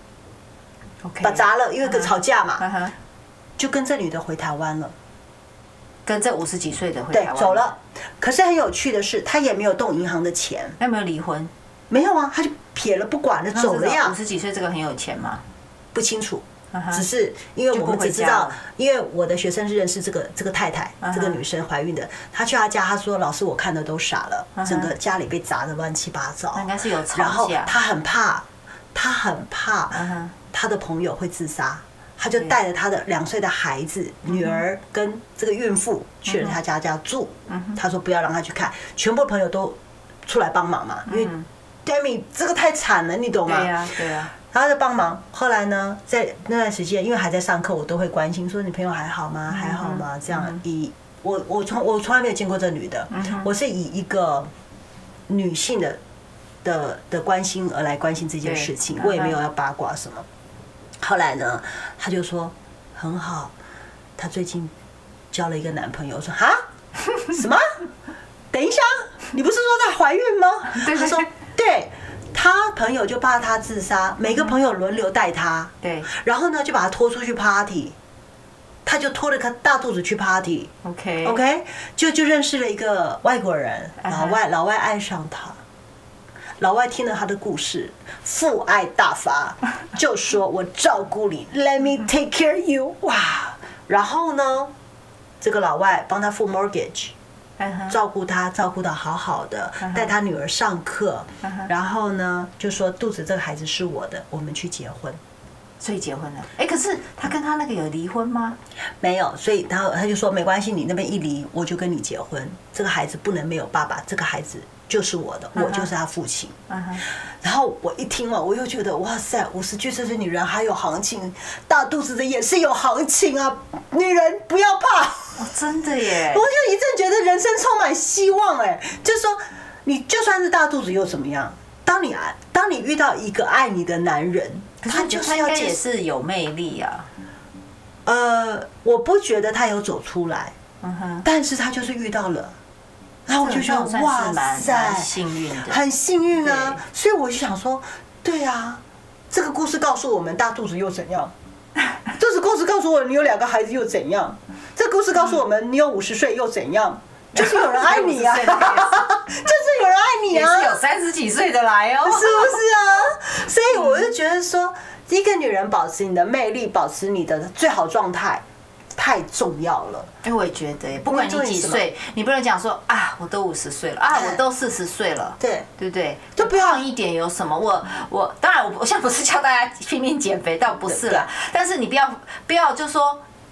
[SPEAKER 1] okay,
[SPEAKER 2] 把砸了，因为个吵架嘛，
[SPEAKER 1] uh-huh,
[SPEAKER 2] 就跟这女的回台湾了。
[SPEAKER 1] 跟这五十几岁的回台湾
[SPEAKER 2] 对走了，可是很有趣的是，他也没有动银行的钱。
[SPEAKER 1] 他有没有离婚？
[SPEAKER 2] 没有啊，他就撇了不管了，走了呀。
[SPEAKER 1] 五十几岁这个很有钱吗？
[SPEAKER 2] 不清楚，只是因为我们只知道，因为我的学生是认识这个这个太太，这个女生怀孕的，她去她家，她说老师我看的都傻了，整个家里被砸得乱七八糟。
[SPEAKER 1] 应该是有吵架。
[SPEAKER 2] 然后她很怕，她很怕她的朋友会自杀。他就带着他的两岁的孩子、女儿跟这个孕妇去了他家家住。他说不要让他去看，全部朋友都出来帮忙嘛，因为 Demi 这个太惨了，你懂吗？
[SPEAKER 1] 对呀，对呀。
[SPEAKER 2] 然后就帮忙。后来呢，在那段时间，因为还在上课，我都会关心说你朋友还好吗？还好吗？这样以我我从我从来没有见过这女的，我是以一个女性的的的关心而来关心这件事情，我也没有要八卦什么。后来呢，他就说很好，他最近交了一个男朋友。我说哈，什么？等一下，你不是说在怀孕吗？他说对，他朋友就怕他自杀，每个朋友轮流带他。
[SPEAKER 1] 对，
[SPEAKER 2] 然后呢，就把他拖出去 party， 他就拖着他大肚子去 party。
[SPEAKER 1] OK
[SPEAKER 2] OK， 就就认识了一个外国人，老外老外爱上他。老外听了他的故事，父爱大发，就说我照顾你 ，Let me take care you， 哇！然后呢，这个老外帮他付 mortgage， 照顾他，照顾得好好的，带他女儿上课，然后呢，就说肚子这个孩子是我的，我们去结婚。
[SPEAKER 1] 所以结婚了，哎，可是他跟他那个有离婚吗？
[SPEAKER 2] 没有，所以他他就说没关系，你那边一离，我就跟你结婚。这个孩子不能没有爸爸，这个孩子就是我的，我就是他父亲。然后我一听了，我又觉得哇塞，五十几岁的女人还有行情，大肚子的也是有行情啊！女人不要怕，
[SPEAKER 1] 哦，真的耶！
[SPEAKER 2] 我就一阵觉得人生充满希望，哎，就是说，你就算是大肚子又怎么样？当你爱，当你遇到一个爱你的男人。
[SPEAKER 1] 他就是要也是有魅力啊，
[SPEAKER 2] 呃，我不觉得他有走出来，嗯哼，但是他就是遇到了，然后我就觉得哇塞，
[SPEAKER 1] 幸运的，
[SPEAKER 2] 很幸运啊，所以我就想说，对啊，这个故事告诉我们，大肚子又怎样？这个故事告诉我，你有两个孩子又怎样？这个故事告诉我们，你有五十岁又怎样？就是有人爱你啊，就是有人爱你啊，
[SPEAKER 1] 也是有三十几岁的来哦，
[SPEAKER 2] 是不是啊？所以我就觉得说，一个女人保持你的魅力，保持你的最好状态，太重要了。
[SPEAKER 1] 哎，我也觉得，不管你几岁，你不能讲说啊，我都五十岁了啊，我都四十岁了，
[SPEAKER 2] 对
[SPEAKER 1] 对不对？
[SPEAKER 2] 就不要
[SPEAKER 1] 胖一点有什么？我我当然我我现在不是叫大家拼命减肥，倒不是啦。但是你不要不要就说。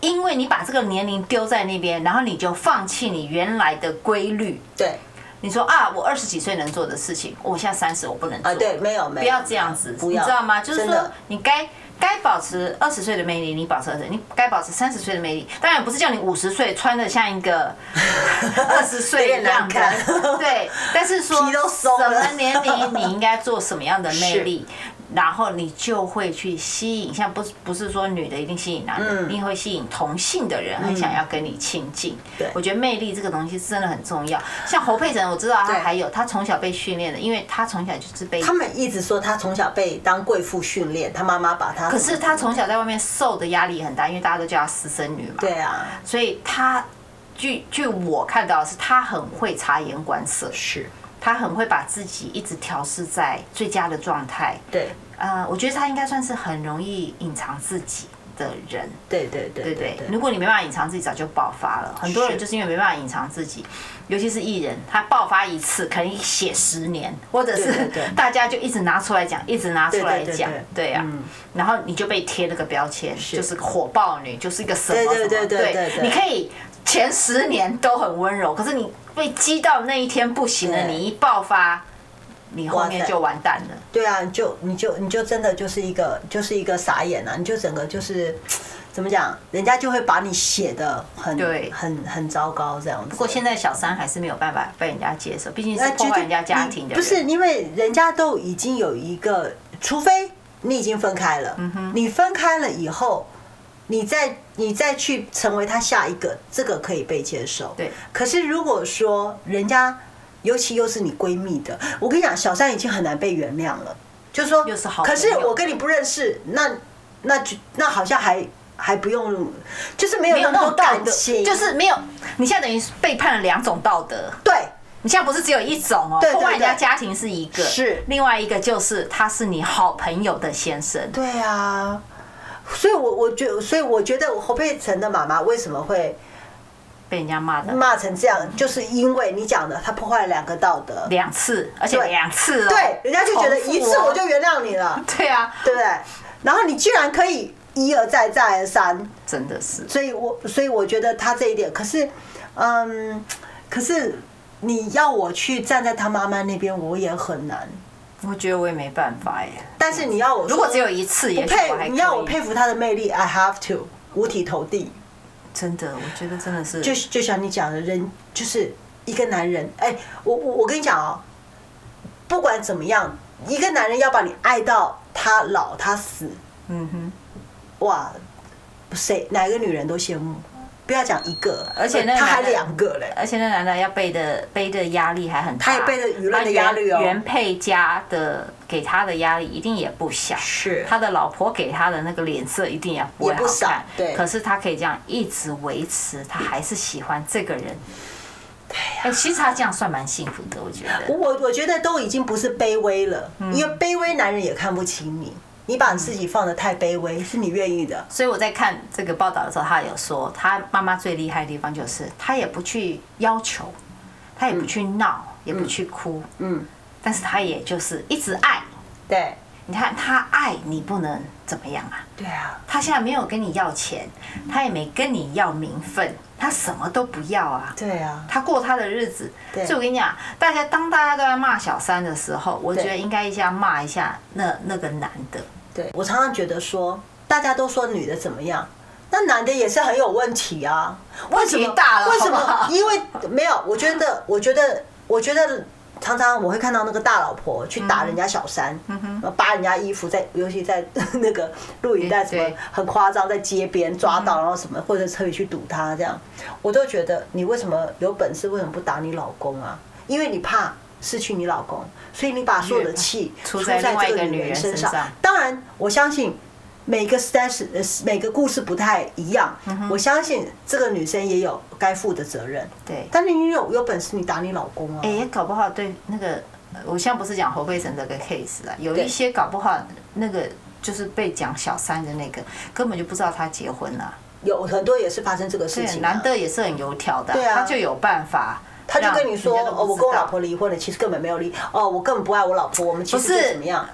[SPEAKER 1] 因为你把这个年龄丢在那边，然后你就放弃你原来的规律。
[SPEAKER 2] 对。
[SPEAKER 1] 你说啊，我二十几岁能做的事情，我现在三十我不能做。
[SPEAKER 2] 啊，对，没有没有，
[SPEAKER 1] 不要这样子，你知道吗？就是说，你该该保持二十岁的魅力，你保持二十，你该保持三十岁的魅力。当然不是叫你五十岁穿的像一个二十岁一样的，对。但是说什么年龄你应该做什么样的魅力。然后你就会去吸引，像不是不是说女的一定吸引男的，嗯、一定会吸引同性的人，很想要跟你亲近。
[SPEAKER 2] 对、嗯，
[SPEAKER 1] 我觉得魅力这个东西是真的很重要。像侯佩岑，我知道他还有他从小被训练的，因为他从小就是被
[SPEAKER 2] 他们一直说他从小被当贵妇训练，他妈妈把他。
[SPEAKER 1] 可是他从小在外面受的压力很大，因为大家都叫他私生女嘛。
[SPEAKER 2] 对啊，
[SPEAKER 1] 所以他据据我看到的是，他很会察言观色。
[SPEAKER 2] 是。
[SPEAKER 1] 他很会把自己一直调试在最佳的状态。
[SPEAKER 2] 对，
[SPEAKER 1] 呃，我觉得他应该算是很容易隐藏自己的人。
[SPEAKER 2] 对对对对对。
[SPEAKER 1] 如果你没办法隐藏自己，早就爆发了。很多人就是因为没办法隐藏自己，尤其是艺人，他爆发一次可以写十年，或者是大家就一直拿出来讲，一直拿出来讲，对呀。然后你就被贴那个标签，就是火爆女，就是一个什么什么。
[SPEAKER 2] 对对对对对。
[SPEAKER 1] 你可以前十年都很温柔，可是你被激到那一天不行了，你一爆发，你后面就完蛋了。
[SPEAKER 2] 对啊，你就你就你就真的就是一个就是一个傻眼啊！你就整个就是怎么讲，人家就会把你写的很很很糟糕这样子。
[SPEAKER 1] 不过现在小三还是没有办法被人家接受，毕竟是破坏人家家庭的人。
[SPEAKER 2] 不是因为人家都已经有一个，除非你已经分开了，嗯、你分开了以后。你再你再去成为他下一个，这个可以被接受。
[SPEAKER 1] 对。
[SPEAKER 2] 可是如果说人家，尤其又是你闺蜜的，我跟你讲，小三已经很难被原谅了。就是说，
[SPEAKER 1] 又是好。
[SPEAKER 2] 可是我跟你不认识，那那就那好像还还不用，就是没有那么多感情，
[SPEAKER 1] 就是没有。你现在等于背叛了两种道德。
[SPEAKER 2] 对。
[SPEAKER 1] 你现在不是只有一种哦，破坏人家家庭是一个，
[SPEAKER 2] 是
[SPEAKER 1] 另外一个就是他是你好朋友的先生。
[SPEAKER 2] 对啊。所以我，我我觉，所以我觉得侯佩岑的妈妈为什么会
[SPEAKER 1] 被人家骂的
[SPEAKER 2] 骂成这样，就是因为你讲的，她破坏了两个道德，
[SPEAKER 1] 两次，而且两次哦。
[SPEAKER 2] 对，人家就觉得一次我就原谅你了。
[SPEAKER 1] 对啊，
[SPEAKER 2] 对不对？然后你居然可以一而再，再而三，
[SPEAKER 1] 真的是。
[SPEAKER 2] 所以我所以我觉得他这一点，可是，嗯，可是你要我去站在他妈妈那边，我也很难。
[SPEAKER 1] 我觉得我也没办法耶。
[SPEAKER 2] 但是你要我，
[SPEAKER 1] 如果只有一次，也
[SPEAKER 2] 佩，你要我佩服他的魅力 ，I have to 五体投地。
[SPEAKER 1] 真的，我觉得真的是。
[SPEAKER 2] 就就像你讲的，人就是一个男人，哎、欸，我我我跟你讲哦，不管怎么样，一个男人要把你爱到他老他死，嗯哼，哇，谁哪个女人都羡慕。不要讲一个，
[SPEAKER 1] 而且那
[SPEAKER 2] 他还两个嘞，
[SPEAKER 1] 而且那男的要背的背的压力还很大，
[SPEAKER 2] 他也背着舆论的压力哦。
[SPEAKER 1] 原配家的给他的压力一定也不小，
[SPEAKER 2] 是
[SPEAKER 1] 他的老婆给他的那个脸色一定也不会好看，
[SPEAKER 2] 对。
[SPEAKER 1] 可是他可以这样一直维持，他还是喜欢这个人。
[SPEAKER 2] 对呀、
[SPEAKER 1] 啊，其实他这样算蛮幸福的，我觉得。
[SPEAKER 2] 我我觉得都已经不是卑微了，嗯、因为卑微男人也看不起你。你把自己放得太卑微，是你愿意的。
[SPEAKER 1] 所以我在看这个报道的时候，他有说，他妈妈最厉害的地方就是，他也不去要求，他也不去闹，嗯、也不去哭，嗯，但是他也就是一直爱。
[SPEAKER 2] 对，
[SPEAKER 1] 你看他爱你不能怎么样啊？
[SPEAKER 2] 对啊，
[SPEAKER 1] 他现在没有跟你要钱，他也没跟你要名分，他什么都不要啊。
[SPEAKER 2] 对啊，
[SPEAKER 1] 他过他的日子。所以我跟你讲，大家当大家都在骂小三的时候，我觉得应该一下骂一下那那个男的。
[SPEAKER 2] 对，我常常觉得说，大家都说女的怎么样，那男的也是很有问题啊。
[SPEAKER 1] 问题大了，
[SPEAKER 2] 为什么？因为没有，我觉得，我觉得，我觉得。常常我会看到那个大老婆去打人家小三，嗯、扒人家衣服，在尤其在那个录影带什么很夸张，在街边抓到，然后什么或者特意去堵他这样，我都觉得你为什么有本事为什么不打你老公啊？因为你怕失去你老公，所以你把所有的气出在这个女人身上。当然，我相信。每个 stage 每个故事不太一样，嗯、我相信这个女生也有该负的责任。
[SPEAKER 1] 对，
[SPEAKER 2] 但是你有有本事，你打你老公啊！
[SPEAKER 1] 哎、欸，搞不好对那个，我现在不是讲侯佩岑这个 case 啦，有一些搞不好那个就是被讲小三的那个，根本就不知道他结婚了。
[SPEAKER 2] 有很多也是发生这个事情、啊，
[SPEAKER 1] 男的也是很油条的、啊，
[SPEAKER 2] 对啊，
[SPEAKER 1] 他就有办法。
[SPEAKER 2] 他就跟你说：“哦，我跟我老婆离婚了，其实根本没有离。哦，我根本不爱我老婆，我们其实就怎么样？”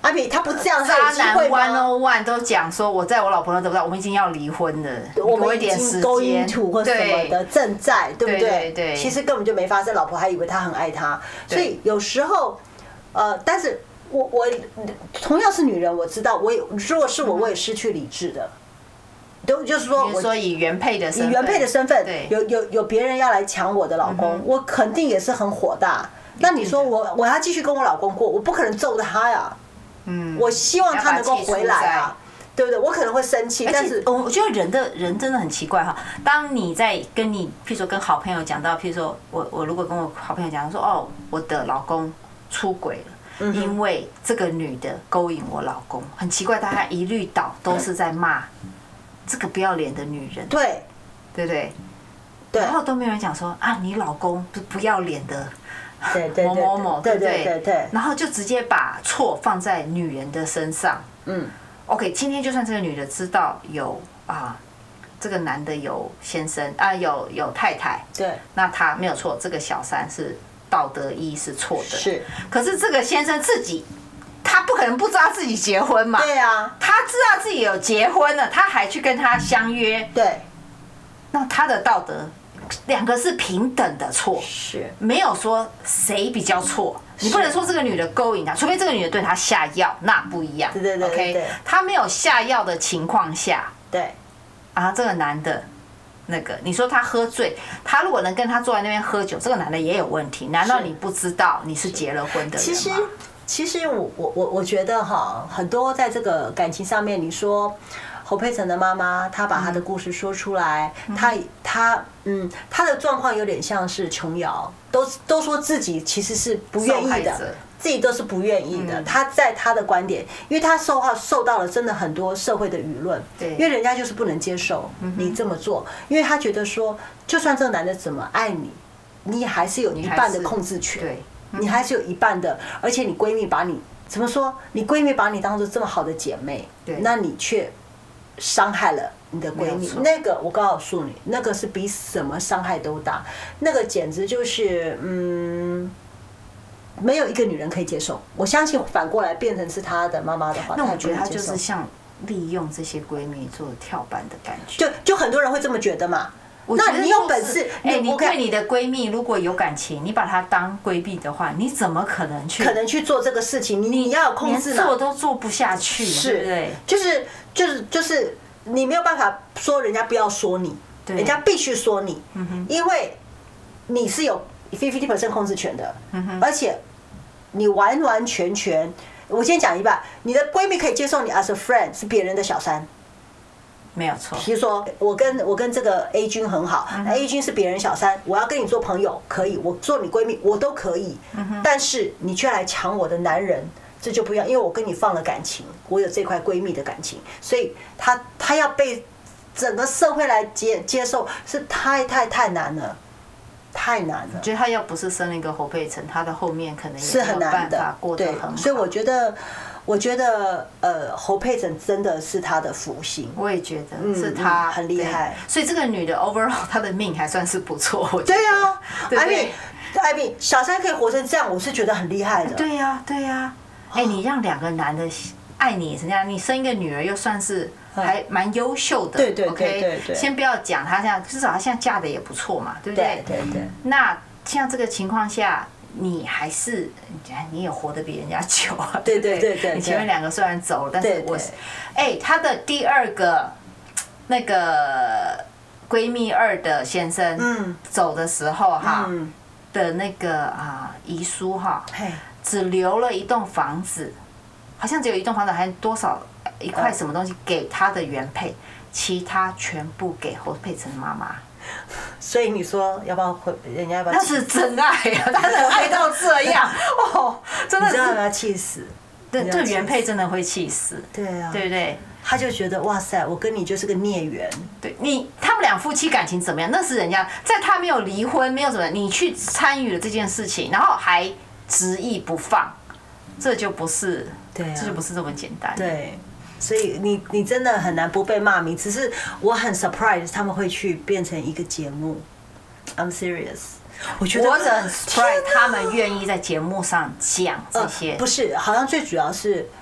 [SPEAKER 2] 阿比他不这样，
[SPEAKER 1] 渣男 one oh one 都讲说，我在我老婆那得不到，我们已经要离婚了，
[SPEAKER 2] 我们已经勾引土或什么的正在，对不对？
[SPEAKER 1] 对对。
[SPEAKER 2] 其实根本就没发生，老婆还以为他很爱他，所以有时候，呃，但是我我同样是女人，我知道，我也如果是我，我也失去理智的。都就是说，
[SPEAKER 1] 我说以原配的身份，
[SPEAKER 2] 以原配的身份，有有有别人要来抢我的老公，我肯定也是很火大。那你说我我要继续跟我老公过，我不可能揍他呀。嗯，我希望他能够回来啊，对不对？我可能会生气，但是
[SPEAKER 1] 我觉得人的人真的很奇怪哈。当你在跟你，譬如说跟好朋友讲到，譬如说我我如果跟我好朋友讲说，哦，我的老公出轨了，因为这个女的勾引我老公，很奇怪，大家一律倒都是在骂这个不要脸的女人，
[SPEAKER 2] 对，
[SPEAKER 1] 对不对？然后都没有人讲说啊，你老公不不要脸的。
[SPEAKER 2] 对对
[SPEAKER 1] 某某某，对不对？
[SPEAKER 2] 对对。
[SPEAKER 1] 然后就直接把错放在女人的身上。嗯。OK， 今天就算这个女的知道有啊，这个男的有先生啊，有有太太。
[SPEAKER 2] 对。
[SPEAKER 1] 那他没有错，这个小三是道德一是错的。
[SPEAKER 2] 是。
[SPEAKER 1] 可是这个先生自己，他不可能不知道自己结婚嘛。
[SPEAKER 2] 对啊。
[SPEAKER 1] 他知道自己有结婚了，他还去跟他相约。
[SPEAKER 2] 对。
[SPEAKER 1] 那他的道德。两个是平等的错，
[SPEAKER 2] 是
[SPEAKER 1] 没有说谁比较错。你不能说这个女的勾引他，除非这个女的对他下药，那不一样。
[SPEAKER 2] 对对对
[SPEAKER 1] ，OK， 他没有下药的情况下，
[SPEAKER 2] 对
[SPEAKER 1] 啊，这个男的，那个你说他喝醉，他如果能跟他坐在那边喝酒，这个男的也有问题。难道你不知道你是结了婚的人吗？
[SPEAKER 2] 其实，其实我我我我觉得哈，很多在这个感情上面，你说。侯佩岑的妈妈，她把她的故事说出来，她她嗯，她的状况有点像是琼瑶，都都说自己其实是不愿意的，自己都是不愿意的。她在她的观点，因为她受到受到了真的很多社会的舆论，因为人家就是不能接受你这么做，因为她觉得说，就算这个男的怎么爱你，你还是有一半的控制权，你还是有一半的，而且你闺蜜把你怎么说？你闺蜜把你当做这么好的姐妹，那你却。伤害了你的闺蜜，那个我告诉你，那个是比什么伤害都大，那个简直就是嗯，没有一个女人可以接受。我相信反过来变成是她的妈妈的话，
[SPEAKER 1] 那我觉得她就是像利用这些闺蜜做跳板的感觉。
[SPEAKER 2] 就就很多人会这么觉得嘛。那你有本事，
[SPEAKER 1] 哎，你对你的闺蜜如果有感情，你把她当闺蜜的话，你怎么可能去
[SPEAKER 2] 可能去做这个事情？你你要有控制嘛，
[SPEAKER 1] 做都做不下去，对不对？
[SPEAKER 2] 就是就是就是你没有办法说人家不要说你，人家必须说你，因为你是有 fifty percent 控制权的，而且你完完全全，我先讲一半，你的闺蜜可以接受你 as a friend 是别人的小三。
[SPEAKER 1] 没有错。
[SPEAKER 2] 比如说，我跟我跟这个 A 君很好，那 A 君是别人小三，我要跟你做朋友可以，我做你闺蜜我都可以，但是你却来抢我的男人，这就不一样，因为我跟你放了感情，我有这块闺蜜的感情，所以他他要被整个社会来接接受，是太太太难了。太难了。
[SPEAKER 1] 我觉得他要不是生了一个侯佩岑，他的后面可能也
[SPEAKER 2] 是很难的，
[SPEAKER 1] 过得很好。
[SPEAKER 2] 所以我觉得，我觉得呃，侯佩岑真的是他的福星。
[SPEAKER 1] 我也觉得是他
[SPEAKER 2] 很厉害。
[SPEAKER 1] 所以这个女的 overall 她的命还算是不错。
[SPEAKER 2] 对啊，艾米，艾米，小三可以活成这样，我是觉得很厉害的。
[SPEAKER 1] 对呀，对呀。哎，你让两个男的爱你成这样，你生一个女儿又算是。还蛮优秀的，
[SPEAKER 2] 对对对对对。
[SPEAKER 1] 先不要讲她现在，至少她现在嫁的也不错嘛，对不对？
[SPEAKER 2] 对对对。
[SPEAKER 1] 那像这个情况下，你还是你也活得比人家久啊，
[SPEAKER 2] 对对对对。
[SPEAKER 1] 你前面两个虽然走了，但是我，哎，她的第二个那个闺蜜二的先生走的时候哈的那个啊遗书哈，只留了一栋房子，好像只有一栋房子，还多少？一块什么东西给他的原配，其他全部给侯佩岑妈妈。
[SPEAKER 2] 所以你说要不要回人家要不要？
[SPEAKER 1] 那是真爱啊！他能爱到这样哦，真的是
[SPEAKER 2] 要不要气死？
[SPEAKER 1] 对，这原配真的会气死。
[SPEAKER 2] 对啊，
[SPEAKER 1] 对不对？
[SPEAKER 2] 他就觉得哇塞，我跟你就是个孽缘。
[SPEAKER 1] 对你，他们俩夫妻感情怎么样？那是人家在他没有离婚，没有什么，你去参与了这件事情，然后还执意不放，这就不是，
[SPEAKER 2] 对啊，
[SPEAKER 1] 这就不是这么简单。
[SPEAKER 2] 对。所以你你真的很难不被骂名，只是我很 surprise 他们会去变成一个节目。I'm serious， 我觉得
[SPEAKER 1] 我很 surprise 他们愿意在节目上讲这些。
[SPEAKER 2] 呃、不是，好像最主要是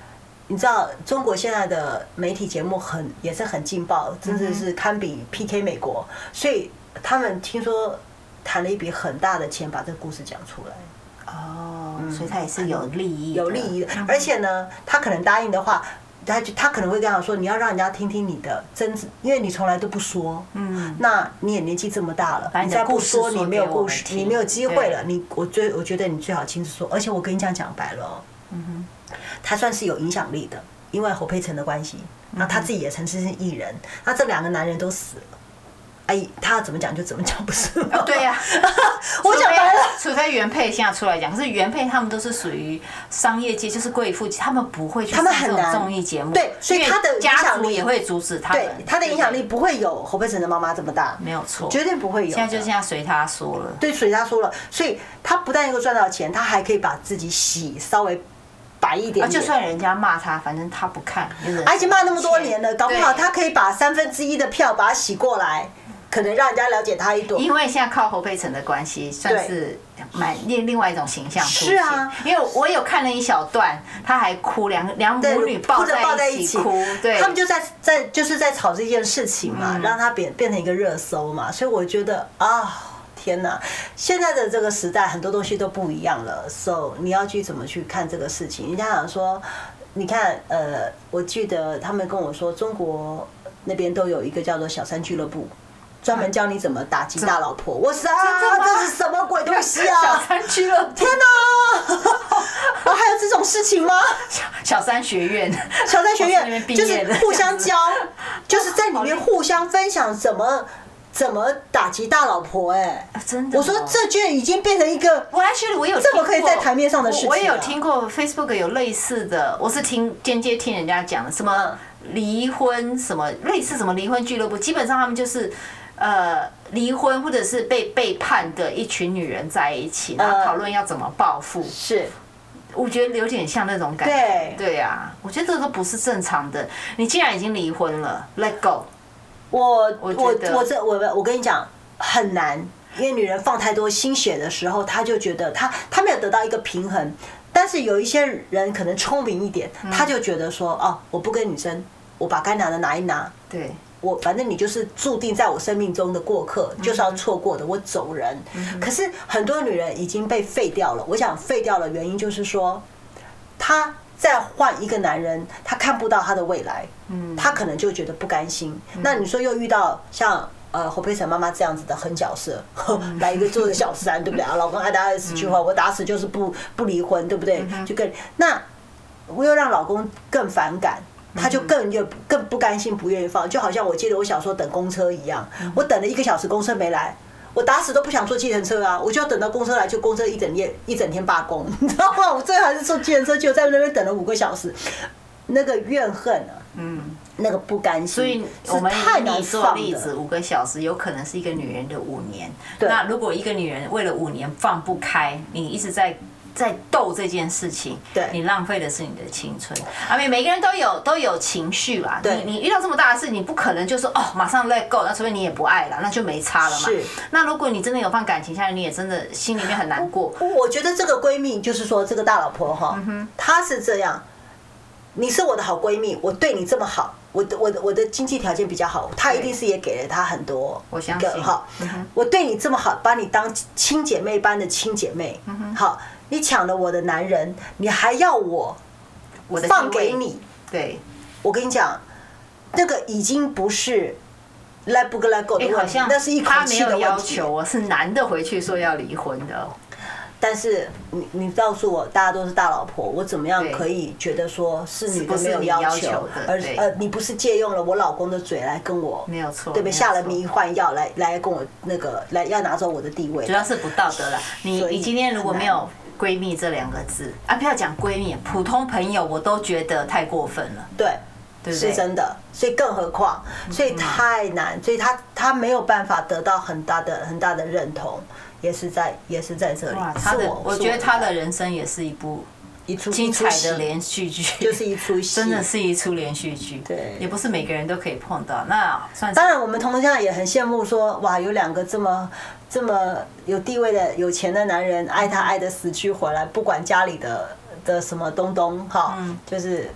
[SPEAKER 2] 你知道中国现在的媒体节目很也是很劲爆，真的是堪比 P K 美国，所以他们听说谈了一笔很大的钱把这个故事讲出来。
[SPEAKER 1] 哦，所以他也是有利益，
[SPEAKER 2] 有利益的，而且呢，他可能答应的话。他就他可能会跟他说，你要让人家听听你的真实，因为你从来都不说，嗯，那你也年纪这么大了，你再不说，你没有故事，你没有机会了。你我最我觉得你最好亲自说，而且我跟你讲讲白了，嗯哼，他算是有影响力的，因为侯佩岑的关系，那他自己也曾经是艺人，那这两个男人都死了。哎，他怎么讲就怎么讲，不是吗？
[SPEAKER 1] 哦，对呀、啊，
[SPEAKER 2] 我讲白了，
[SPEAKER 1] 除非原配现在出来讲，可是原配他们都是属于商业界，就是贵妇，他们不会去上这种综艺节目，
[SPEAKER 2] 对，所以他的
[SPEAKER 1] 家族也会阻止他们，
[SPEAKER 2] 对，他的影响力不会有侯佩岑的妈妈这么大，
[SPEAKER 1] 没有错，
[SPEAKER 2] 绝对不会有。
[SPEAKER 1] 现在就现在随他说了，
[SPEAKER 2] 对，随他说了，所以他不但能够赚到钱，他还可以把自己洗稍微白一点点，
[SPEAKER 1] 就算人家骂他，反正他不看，
[SPEAKER 2] 他已经骂那么多年了，搞不好他可以把三分之一的票把他洗过来。可能让人家了解他一朵，
[SPEAKER 1] 因为现在靠侯佩岑的关系，算是蛮另另外一种形象出现。
[SPEAKER 2] 是啊，
[SPEAKER 1] 因为我有看了一小段，他还哭，两两母女抱在一起哭，对，
[SPEAKER 2] 他们就在在就是在吵这件事情嘛，嗯、让他变变成一个热搜嘛，所以我觉得啊。天哪！现在的这个时代，很多东西都不一样了。So 你要去怎么去看这个事情？人家讲说，你看，呃，我记得他们跟我说，中国那边都有一个叫做小三俱乐部。专门教你怎么打击大老婆，我是啊，这是什么鬼东西啊？
[SPEAKER 1] 小三俱乐部，
[SPEAKER 2] 天哪！我还有这种事情吗？
[SPEAKER 1] 小三学院，
[SPEAKER 2] 小三学院就是互相教，就是在里面互相分享怎么怎么打击大老婆。哎，
[SPEAKER 1] 真的，
[SPEAKER 2] 我说这就已经变成一个，
[SPEAKER 1] 我 actually 我有
[SPEAKER 2] 这么可以在台面上的事情。
[SPEAKER 1] 我也有听过 Facebook 有类似的，我是听间接听人家讲的，什么离婚，什么类似什么离婚俱乐部，基本上他们就是。呃，离婚或者是被背叛的一群女人在一起，然后讨论要怎么报复。
[SPEAKER 2] 是，
[SPEAKER 1] 我觉得有点像那种感觉。对，对啊，我觉得这个都不是正常的。你既然已经离婚了 ，Let go。
[SPEAKER 2] 我我我这我我跟你讲很难，因为女人放太多心血的时候，她就觉得她她没有得到一个平衡。但是有一些人可能聪明一点，他就觉得说，哦，我不跟女生，我把该拿的拿一拿。
[SPEAKER 1] 对。
[SPEAKER 2] 我反正你就是注定在我生命中的过客，就是要错过的，我走人。可是很多女人已经被废掉了。我想废掉的原因就是说，她再换一个男人，她看不到她的未来，她可能就觉得不甘心。那你说又遇到像呃侯佩岑妈妈这样子的狠角色，来一个做个小三，对不对啊？老公爱打二十句话，我打死就是不不离婚，对不对？就跟那我又让老公更反感。他就更又更不甘心，不愿意放，就好像我记得我小时候等公车一样，我等了一个小时，公车没来，我打死都不想坐计程车啊，我就要等到公车来，就公车一整夜一整天罢工，你知道吗？我最后还是坐计程车，就在那边等了五个小时，那个怨恨啊，嗯，那个不甘心，
[SPEAKER 1] 所以我们以你做例子，五个小时有可能是一个女人的五年。那如果一个女人为了五年放不开，你一直在。在斗这件事情，你浪费的是你的青春。啊，每每个人都有都有情绪啦。你你遇到这么大的事，你不可能就说哦，马上 let go， 那除非你也不爱了，那就没差了嘛。
[SPEAKER 2] 是。
[SPEAKER 1] 那如果你真的有放感情下来，你也真的心里面很难过。
[SPEAKER 2] 我觉得这个闺蜜就是说这个大老婆哈，她是这样，你是我的好闺蜜，我对你这么好，我的我的我的经济条件比较好，她一定是也给了她很多。
[SPEAKER 1] 我相信。
[SPEAKER 2] 好，我对你这么好，把你当亲姐妹般的亲姐妹，好。你抢了我的男人，你还要我放给你？
[SPEAKER 1] 对，
[SPEAKER 2] 我跟你讲，那个已经不是 let 不 let go 的问题，那是一口气的问题。他没有
[SPEAKER 1] 要求我是男的回去说要离婚的。
[SPEAKER 2] 但是你你告诉我，大家都是大老婆，我怎么样可以觉得说是女的没有要求，而呃你不是借用了我老公的嘴来跟我，
[SPEAKER 1] 没有错，
[SPEAKER 2] 对不对？下了迷幻药来来跟我那个来要拿走我的地位，
[SPEAKER 1] 主要是不道德了。你你今天如果没有闺蜜这两个字啊，不要讲闺蜜，普通朋友我都觉得太过分了。
[SPEAKER 2] 对，对是真的，所以更何况，所以太难，所以他他没有办法得到很大的很大的认同。也是在，也是在这里。
[SPEAKER 1] 他的，我觉得他的人生也是一部
[SPEAKER 2] 一出
[SPEAKER 1] 精彩的连续剧，
[SPEAKER 2] 就是一出戏，
[SPEAKER 1] 真的是一出连续剧。
[SPEAKER 2] 对，
[SPEAKER 1] 也不是每个人都可以碰到。那算是
[SPEAKER 2] 当然，我们同样也很羡慕说，哇，有两个这么这么有地位的有钱的男人，爱他爱的死去活来，不管家里的的什么东东哈，就是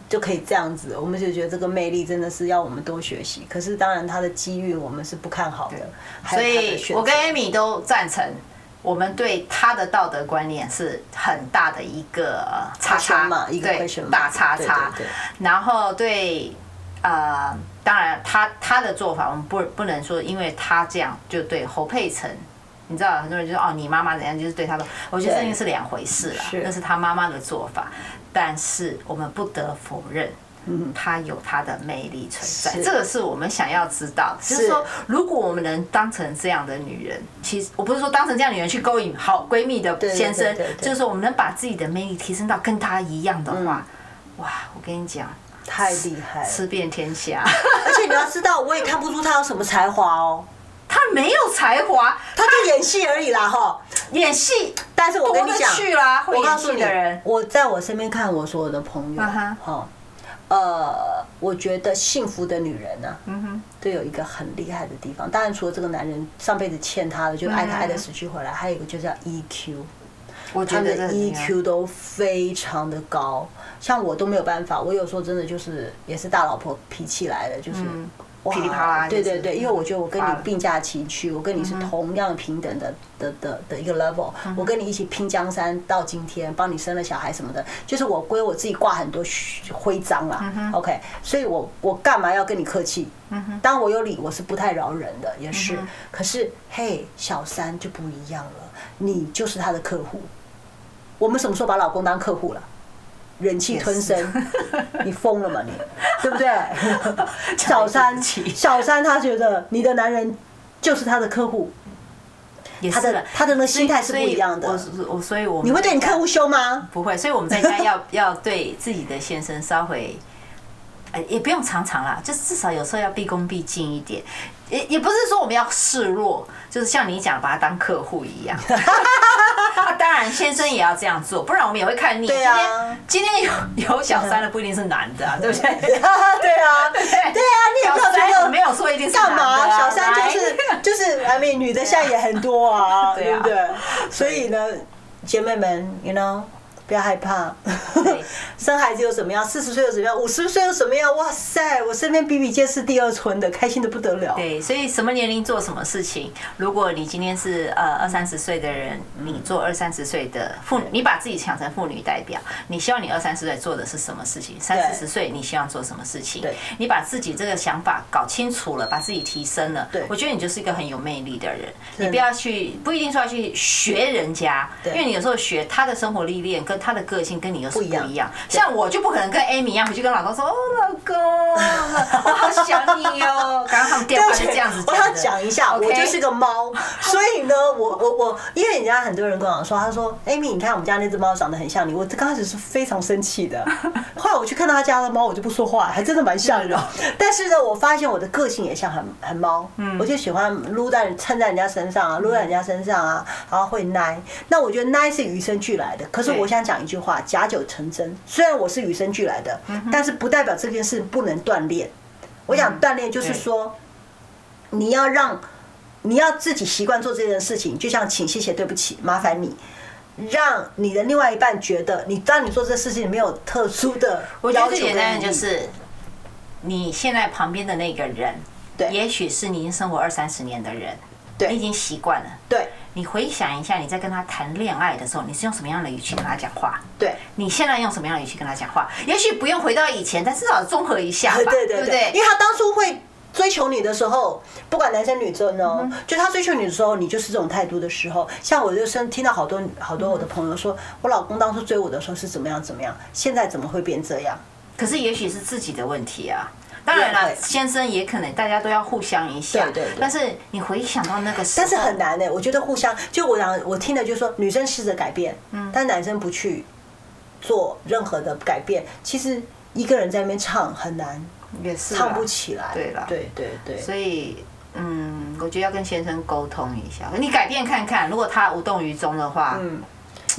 [SPEAKER 2] 就可以这样子，我们就觉得这个魅力真的是要我们多学习。可是当然他的机遇我们是不看好的，
[SPEAKER 1] 所以我跟 Amy 都赞成，我们对他的道德观念是很大的一个叉叉
[SPEAKER 2] 嘛，一个
[SPEAKER 1] 对大叉叉。然后对呃，当然他他的做法，我们不不能说因为他这样就对侯佩岑。你知道很多人就说哦，你妈妈怎样，就是对他说，我觉得这件是两回事啦，那是他妈妈的做法。但是我们不得否认，嗯，他有他的魅力存在，这个是我们想要知道。就是说，如果我们能当成这样的女人，其实我不是说当成这样的女人去勾引好闺蜜的先生，就是说我们能把自己的魅力提升到跟他一样的话，哇，我跟你讲，
[SPEAKER 2] 太厉害了，
[SPEAKER 1] 吃遍天下。
[SPEAKER 2] 而且你要知道，我也看不出他有什么才华哦。
[SPEAKER 1] 他没有才华，
[SPEAKER 2] 他就演戏而已啦，哈，
[SPEAKER 1] 演戏。
[SPEAKER 2] 但是我跟你讲，
[SPEAKER 1] 我告诉你，
[SPEAKER 2] 我在我身边看我所有的朋友，哈，呃，我觉得幸福的女人呢，嗯哼，都有一个很厉害的地方。当然，除了这个男人上辈子欠她的，就爱他爱得死去活来，还有一个就叫 E Q，
[SPEAKER 1] 我觉得
[SPEAKER 2] 他们的 E Q 都非常的高。像我都没有办法，我有时候真的就是也是大老婆脾气来了，就是。
[SPEAKER 1] 噼里啪啦，
[SPEAKER 2] 对对对，因为我觉得我跟你并驾齐驱，我跟你是同样平等的的的的一个 level， 我跟你一起拼江山到今天，帮你生了小孩什么的，就是我归我自己挂很多徽章啦 ，OK， 所以我我干嘛要跟你客气？当我有理，我是不太饶人的，也是。可是嘿，小三就不一样了，你就是他的客户。我们什么时候把老公当客户了？忍气吞声，你疯了吗你？对不对？小三，小三他觉得你的男人就是他的客户，他的他的那个心态是不一样的。
[SPEAKER 1] 我我所以我
[SPEAKER 2] 你会对你客户凶吗？
[SPEAKER 1] 不会，所以我们在家要要对自己的先生稍微，呃，也不用常常啦，就是至少有时候要毕恭毕敬一点。也也不是说我们要示弱，就是像你讲把他当客户一样。啊，当然先生也要这样做，不然我们也会看腻。
[SPEAKER 2] 对啊，
[SPEAKER 1] 今天有有小三的不一定是男的啊，对不对？
[SPEAKER 2] 对啊，对啊，你也不要觉得
[SPEAKER 1] 没有说一定是
[SPEAKER 2] 干嘛？小三就是就是，I mean， 女的现在也很多啊，对不对？所以呢，姐妹们 ，you know。不要害怕，生孩子又怎么样？四十岁又怎么样？五十岁又怎么样？哇塞，我身边比比皆是第二春的，开心的不得了。
[SPEAKER 1] 对，所以什么年龄做什么事情？如果你今天是呃二三十岁的人，你做二三十岁的妇，你把自己想成妇女代表，你希望你二三十岁做的是什么事情？三四十岁你希望做什么事情？你把自己这个想法搞清楚了，把自己提升了，我觉得你就是一个很有魅力的人。你不要去，不一定说要去学人家，因为你有时候学他的生活历练跟他的个性跟你又是不一样，像我就不可能跟 Amy 一样回去跟老公说：“哦，老公，我好想你哦。”刚刚他们电话是这样子讲的。
[SPEAKER 2] 我要讲一下，我就是个猫，所以呢，我我我，因为人家很多人跟我说，他说 ：“Amy， 你看我们家那只猫长得很像你。”我刚开始是非常生气的，后来我去看到他家的猫，我就不说话，还真的蛮像的。但是呢，我发现我的个性也像很很猫，我就喜欢撸在蹭在人家身上啊，撸在人家身上啊，然后会奶。那我觉得奶是与生俱来的，可是我想讲一句话。假酒成真，虽然我是与生俱来的，但是不代表这件事不能锻炼。我想锻炼就是说，你要让你要自己习惯做这件事情，就像请、谢谢、对不起、麻烦你，让你的另外一半觉得你当你做这事情没有特殊的
[SPEAKER 1] 我觉得最简单的就是你现在旁边的那个人，也许是你已经生活二三十年的人，你已经习惯了，
[SPEAKER 2] 对。
[SPEAKER 1] 你回想一下，你在跟他谈恋爱的时候，你是用什么样的语气跟他讲话？
[SPEAKER 2] 对，
[SPEAKER 1] 你现在用什么样的语气跟他讲话？也许不用回到以前，但至少综合一下吧，
[SPEAKER 2] 对对
[SPEAKER 1] 不对？
[SPEAKER 2] 因为他当初会追求你的时候，不管男生女生哦，就他追求你的时候，你就是这种态度的时候。像我就听到好多好多我的朋友说，我老公当初追我的时候是怎么样怎么样，现在怎么会变这样？
[SPEAKER 1] 可是也许是自己的问题啊。当然了，先生也可能大家都要互相一下，
[SPEAKER 2] 对对。
[SPEAKER 1] 但是你回想到那个时候，
[SPEAKER 2] 但是很难呢。我觉得互相，就我讲，我听的就是说，女生试着改变，嗯，但男生不去做任何的改变，其实一个人在那边唱很难，
[SPEAKER 1] 也是
[SPEAKER 2] 唱不起来。
[SPEAKER 1] 对了，
[SPEAKER 2] 对对对。
[SPEAKER 1] 所以，嗯，我觉得要跟先生沟通一下，你改变看看，如果他无动于衷的话，嗯。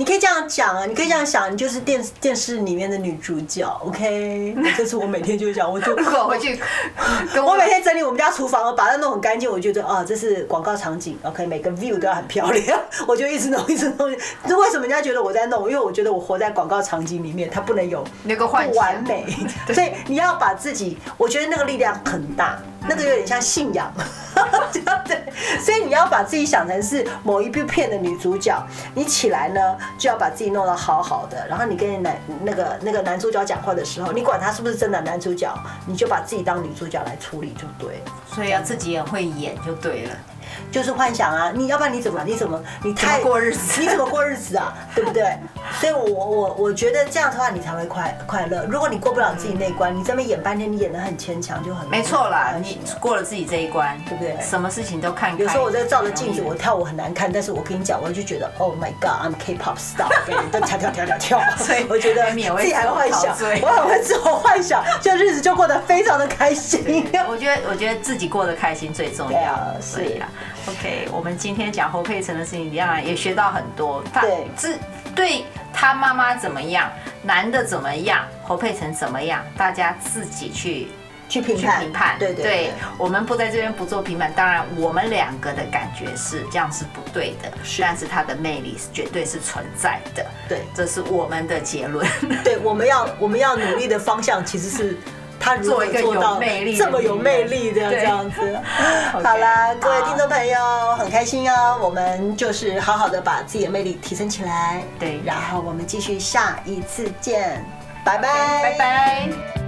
[SPEAKER 2] 你可以这样讲啊，你可以这样想，你就是电电视里面的女主角 ，OK？ 这是我每天就讲，我就
[SPEAKER 1] 我回去跟
[SPEAKER 2] 我每天整理我们家厨房，我把它弄很干净，我觉得啊，这是广告场景 ，OK？ 每个 view 都要很漂亮，我就一直弄，一直弄。那为什么人家觉得我在弄？因为我觉得我活在广告场景里面，它不能有
[SPEAKER 1] 不
[SPEAKER 2] 完美，所以你要把自己，我觉得那个力量很大，那个有点像信仰。对，所以你要把自己想成是某一部片的女主角，你起来呢就要把自己弄得好好的，然后你跟男那个那个男主角讲话的时候，你管他是不是真的男主角，你就把自己当女主角来处理就对了。
[SPEAKER 1] 所以要自己也会演就对了。
[SPEAKER 2] 就是幻想啊，你要不然你怎么你怎么你太
[SPEAKER 1] 过日子，
[SPEAKER 2] 你怎么过日子啊，对不对？所以我我我觉得这样的话你才会快快乐。如果你过不了自己那一关，你这边演半天，你演得很牵强，就很
[SPEAKER 1] 没错啦。你过了自己这一关，对不对？什么事情都看开。
[SPEAKER 2] 有时候我在照着镜子，我跳舞很难看，但是我跟你讲，我就觉得 Oh my God，I'm K-pop star， 都跳跳跳跳跳。所以我觉得自己还会幻想，我很会自我幻想，就日子就过得非常的开心。
[SPEAKER 1] 我觉得我觉得自己过得开心最重要。所以啊。OK， 我们今天讲侯佩岑的事情，当然也学到很多。
[SPEAKER 2] 对，
[SPEAKER 1] 这对他妈妈怎么样，男的怎么样，侯佩岑怎么样，大家自己去
[SPEAKER 2] 去评判。
[SPEAKER 1] 评判，
[SPEAKER 2] 对 对, 对, 对，
[SPEAKER 1] 我们不在这边不做评判。当然，我们两个的感觉是这样是不对的，是但是他的魅力绝对是存在的。
[SPEAKER 2] 对，
[SPEAKER 1] 这是我们的结论。
[SPEAKER 2] 对，我们要我们要努力的方向其实是。他如何做到这么有魅力的这样子？好啦，各位听众朋友，很开心哦。我们就是好好的把自己的魅力提升起来，
[SPEAKER 1] 对，
[SPEAKER 2] 然后我们继续下一次见，拜拜，
[SPEAKER 1] 拜拜。